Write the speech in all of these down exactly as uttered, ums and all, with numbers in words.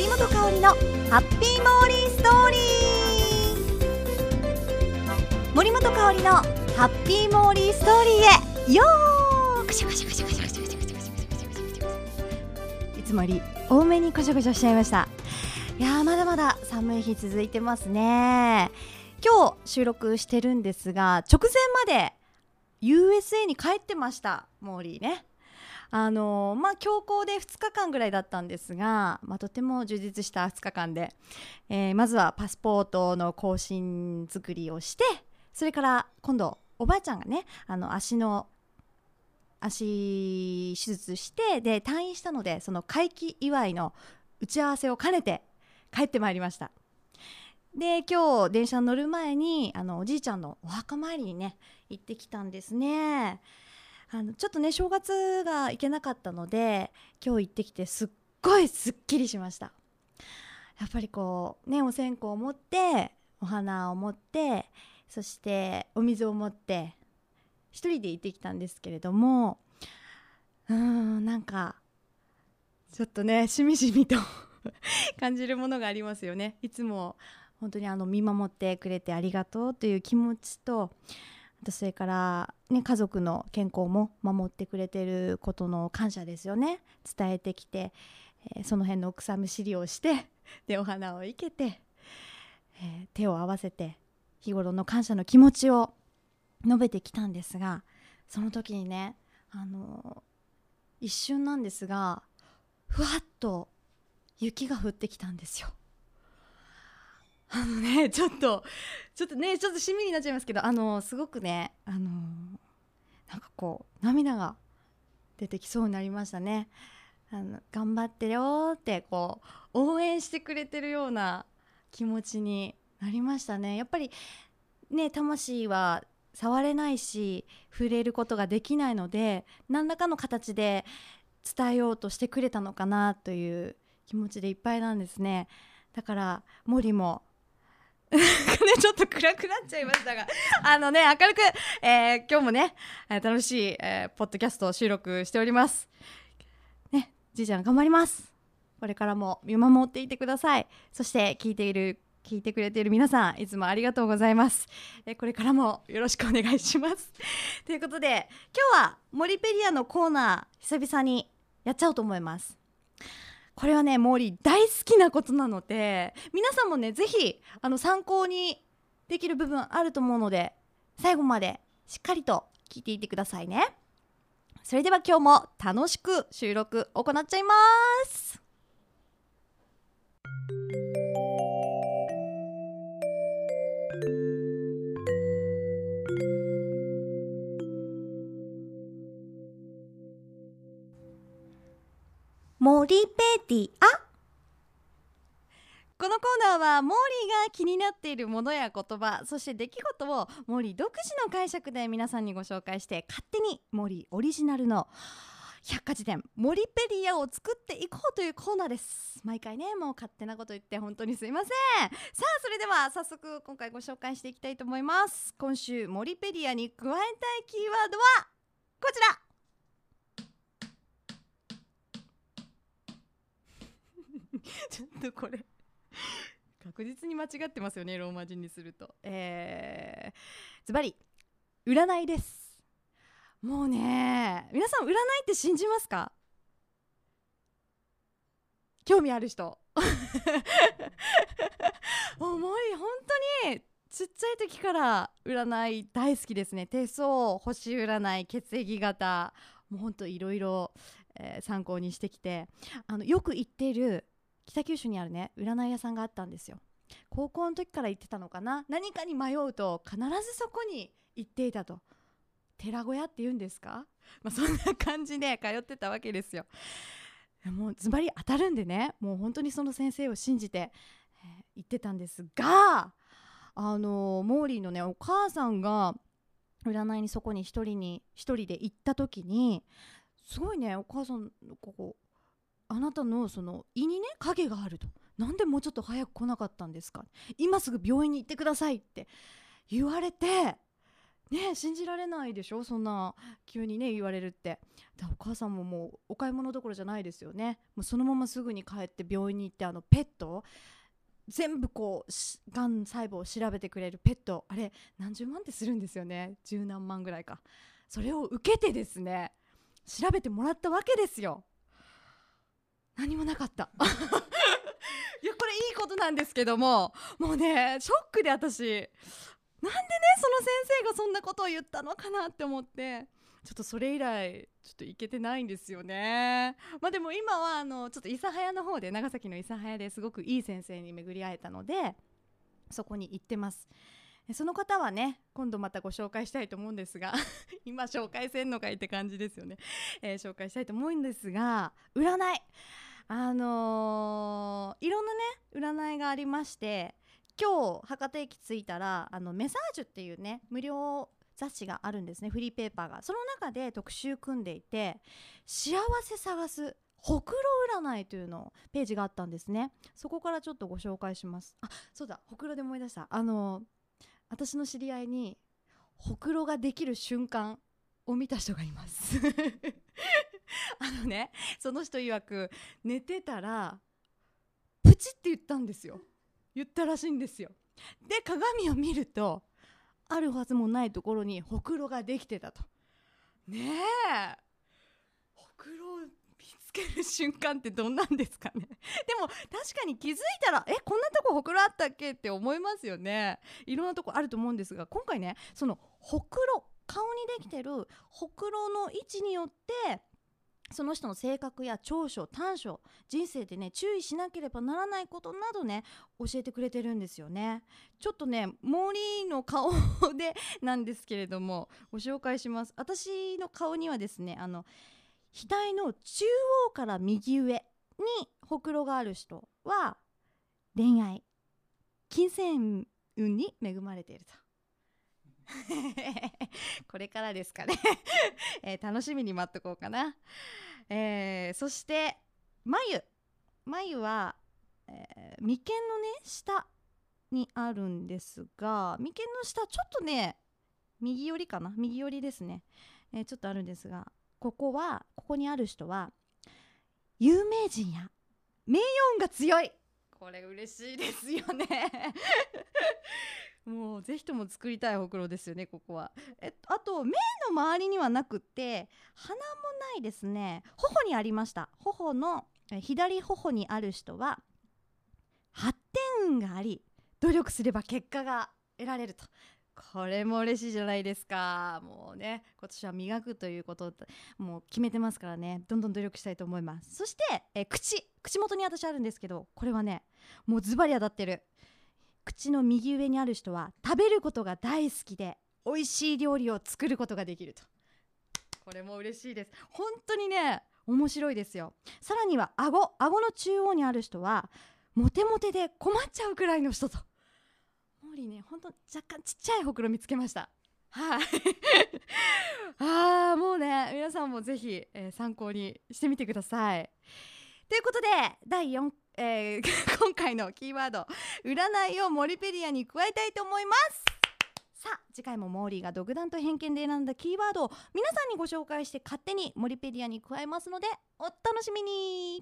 森本香里のハッピーモーリーストーリー。森本香里のハッピーモーリーストーリーへよー。いつもより多めにコショコショしちゃいました。いやー、まだまだ寒い日続いてますね。今日収録してるんですが、直前まで ユーエスエー に帰ってました。モーリーね。あのー、まあ強行でふつかかんぐらいだったんですが、まあ、とても充実したふつかかんで、えー、まずはパスポートの更新作りをして、それから今度おばあちゃんがね、あの足の足手術して、で退院したので、その回帰祝いの打ち合わせを兼ねて帰ってまいりました。で今日電車に乗る前にあのおじいちゃんのお墓参りにね行ってきたんですね。あのちょっとね正月が行けなかったので、今日行ってきてすっごいすっきりしました。やっぱりこうね、お線香を持って、お花を持って、そしてお水を持って一人で行ってきたんですけれども、うーんなんかちょっとねしみじみと感じるものがありますよね。いつも本当にあの見守ってくれてありがとうという気持ちと、あとそれから、ね、家族の健康も守ってくれていることの感謝ですよね。伝えてきて、えー、その辺の草むしりをして、でお花を生けて、えー、手を合わせて日頃の感謝の気持ちを述べてきたんですが、その時にね、あのー、一瞬なんですがふわっと雪が降ってきたんですよ。あのねちょっとちょっとねちょっとしみになっちゃいますけど、あのすごくね、あのなんかこう涙が出てきそうになりましたね。あの頑張ってよってこう応援してくれてるような気持ちになりましたね。やっぱりね、魂は触れないし触れることができないので、何らかの形で伝えようとしてくれたのかなという気持ちでいっぱいなんですね。だから森もね、ちょっと暗くなっちゃいましたが、あのね明るく、えー、今日もね楽しい、えー、ポッドキャストを収録しておりますね。じいちゃん頑張ります。これからも見守っていてください。そして聞いている聞いてくれている皆さん、いつもありがとうございます。えー、これからもよろしくお願いしますということで、今日はモリペディアのコーナー久々にやっちゃおうと思います。これはねモーリー大好きなことなので、皆さんもねぜひあの参考にできる部分あると思うので、最後までしっかりと聞いていてくださいね。それでは今日も楽しく収録行っちゃいます。モリペディア。このコーナーはモーリーが気になっているものや言葉、そして出来事をモーリー独自の解釈で皆さんにご紹介して、勝手にモーリーオリジナルの百科事典モリペディアを作っていこうというコーナーです。毎回ねもう勝手なこと言って本当にすいません。さあそれでは早速今回ご紹介していきたいと思います。今週モリペディアに加えたいキーワードはこちらちょっとこれ確実に間違ってますよね、ローマ字にすると。えー、ズバリ占いです。もうね皆さん占いって信じますか？興味ある人もうもう本当にちっちゃい時から占い大好きですね。手相、星占い、血液型、もう本当いろいろ参考にしてきて、あのよく行っている北九州にあるね占い屋さんがあったんですよ。高校の時から行ってたのかな。何かに迷うと必ずそこに行っていたと。寺小屋って言うんですか、まあ、そんな感じで通ってたわけですよ。もうズバリ当たるんでね、もう本当にその先生を信じて、えー、行ってたんですが、あのー、モーリーのねお母さんが占いにそこに一人に一人で行った時に、すごいねお母さんここあなたのその胃にね影があると、なんでもうちょっと早く来なかったんですか、今すぐ病院に行ってくださいって言われて、 ね、信じられないでしょ、そんな急にね言われるって。だお母さんももうお買い物どころじゃないですよね。もうそのまますぐに帰って病院に行って、あのペット全部こうがん細胞を調べてくれるペット、あれ何十万ってするんですよね。十何万ぐらいか。それを受けてですね、調べてもらったわけですよ。何もなかったいやこれいいことなんですけども、もうねショックで、私なんでねその先生がそんなことを言ったのかなって思って、ちょっとそれ以来ちょっと行けてないんですよね。まあでも今はあのちょっと諫早の方で、長崎の諫早ですごくいい先生に巡り会えたので、そこに行ってます。その方はね今度またご紹介したいと思うんですが今紹介せんのかいって感じですよね、えー、紹介したいと思うんですが、占いあのー、いろんなね占いがありまして、今日博多駅着いたら、あのメサージュっていうね無料雑誌があるんですね、フリーペーパーが。その中で特集組んでいて、幸せ探すほくろ占いというのページがあったんですね。そこからちょっとご紹介します。あ、そうだ、ほくろで思い出した。あのー、私の知り合いにほくろができる瞬間を見た人がいますあのね、その人曰く寝てたらプチって言ったんですよ。言ったらしいんですよ。で鏡を見ると、あるはずもないところにほくろができてたと。ねえ、ほくろを見つける瞬間ってどんなんですかねでも確かに気づいたら、えこんなとこほくろあったっけって思いますよね。いろんなとこあると思うんですが、今回ねそのほくろ、顔にできてるほくろの位置によってその人の性格や長所短所、人生でね注意しなければならないことなどね教えてくれてるんですよね。ちょっとねモーリーの顔でなんですけれどもご紹介します。私の顔にはですね、あの額の中央から右上にほくろがある人は恋愛、金銭運に恵まれているとこれからですかね、えー、楽しみに待っとこうかな、えー、そして眉眉は、えー、眉間のね下にあるんですが、眉間の下ちょっとね右寄りかな、右寄りですね、えー、ちょっとあるんですが、ここはここにある人は有名人や名誉運が強い。これ嬉しいですよねもうぜひとも作りたいほくろですよね、ここは。えあと目の周りにはなくって鼻もないですね。頬にありました。頬のえ左頬にある人は発展運があり、努力すれば結果が得られると。これも嬉しいじゃないですか。もうね今年は磨くということをもう決めてますからね、どんどん努力したいと思います。そしてえ口口元に私あるんですけど、これはねもうズバリ当たってる。口の右上にある人は食べることが大好きで美味しい料理を作ることができると。これも嬉しいです。本当にね面白いですよ。さらには顎顎の中央にある人はモテモテで困っちゃうくらいの人と。モーリーね本当若干ちっちゃいほくろ見つけました。はいあーもうね皆さんもぜひ、えー、参考にしてみてください。ということでだいよん、えー、今回のキーワード占いをモリペディアに加えたいと思います。さあ次回もモーリーが独断と偏見で選んだキーワードを皆さんにご紹介して勝手にモリペディアに加えますのでお楽しみに。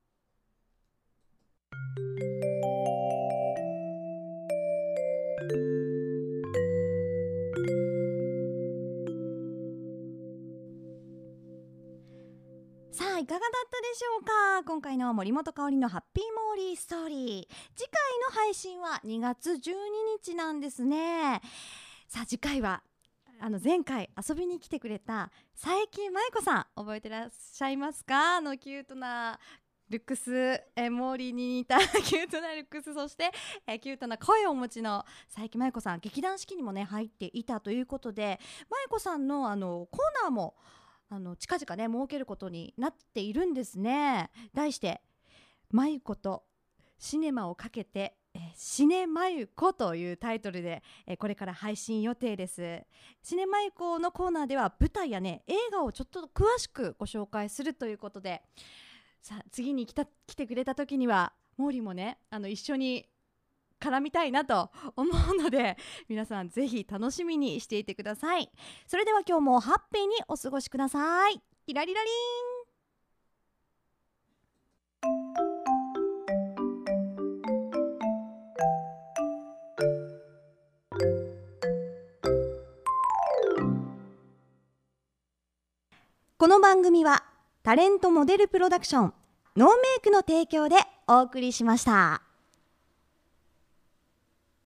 さあいかがだったでしょうか。今回の森本香里のハッピーモーリーストーリー、次回の配信はにがつじゅうににちなんですね。さあ次回はあの前回遊びに来てくれた佐伯舞子さん覚えてらっしゃいますか。あのキュートなルックス、えモーリーに似たキュートなルックス、そしてえキュートな声をお持ちの佐伯舞子さん、劇団四季にもね入っていたということで、舞子さんのあのコーナーもあの近々ね設けることになっているんですね。題してまゆことシネマをかけてえシネマユコというタイトルでえこれから配信予定です。シネマユコのコーナーでは舞台やね映画をちょっと詳しくご紹介するということで、さあ次に来た来てくれた時にはモーリーもねあの一緒に絡みたいなと思うので、皆さんぜひ楽しみにしていてください。それでは今日もハッピーにお過ごしください。キラリラリン。この番組はタレントモデルプロダクションノーメイクの提供でお送りしました。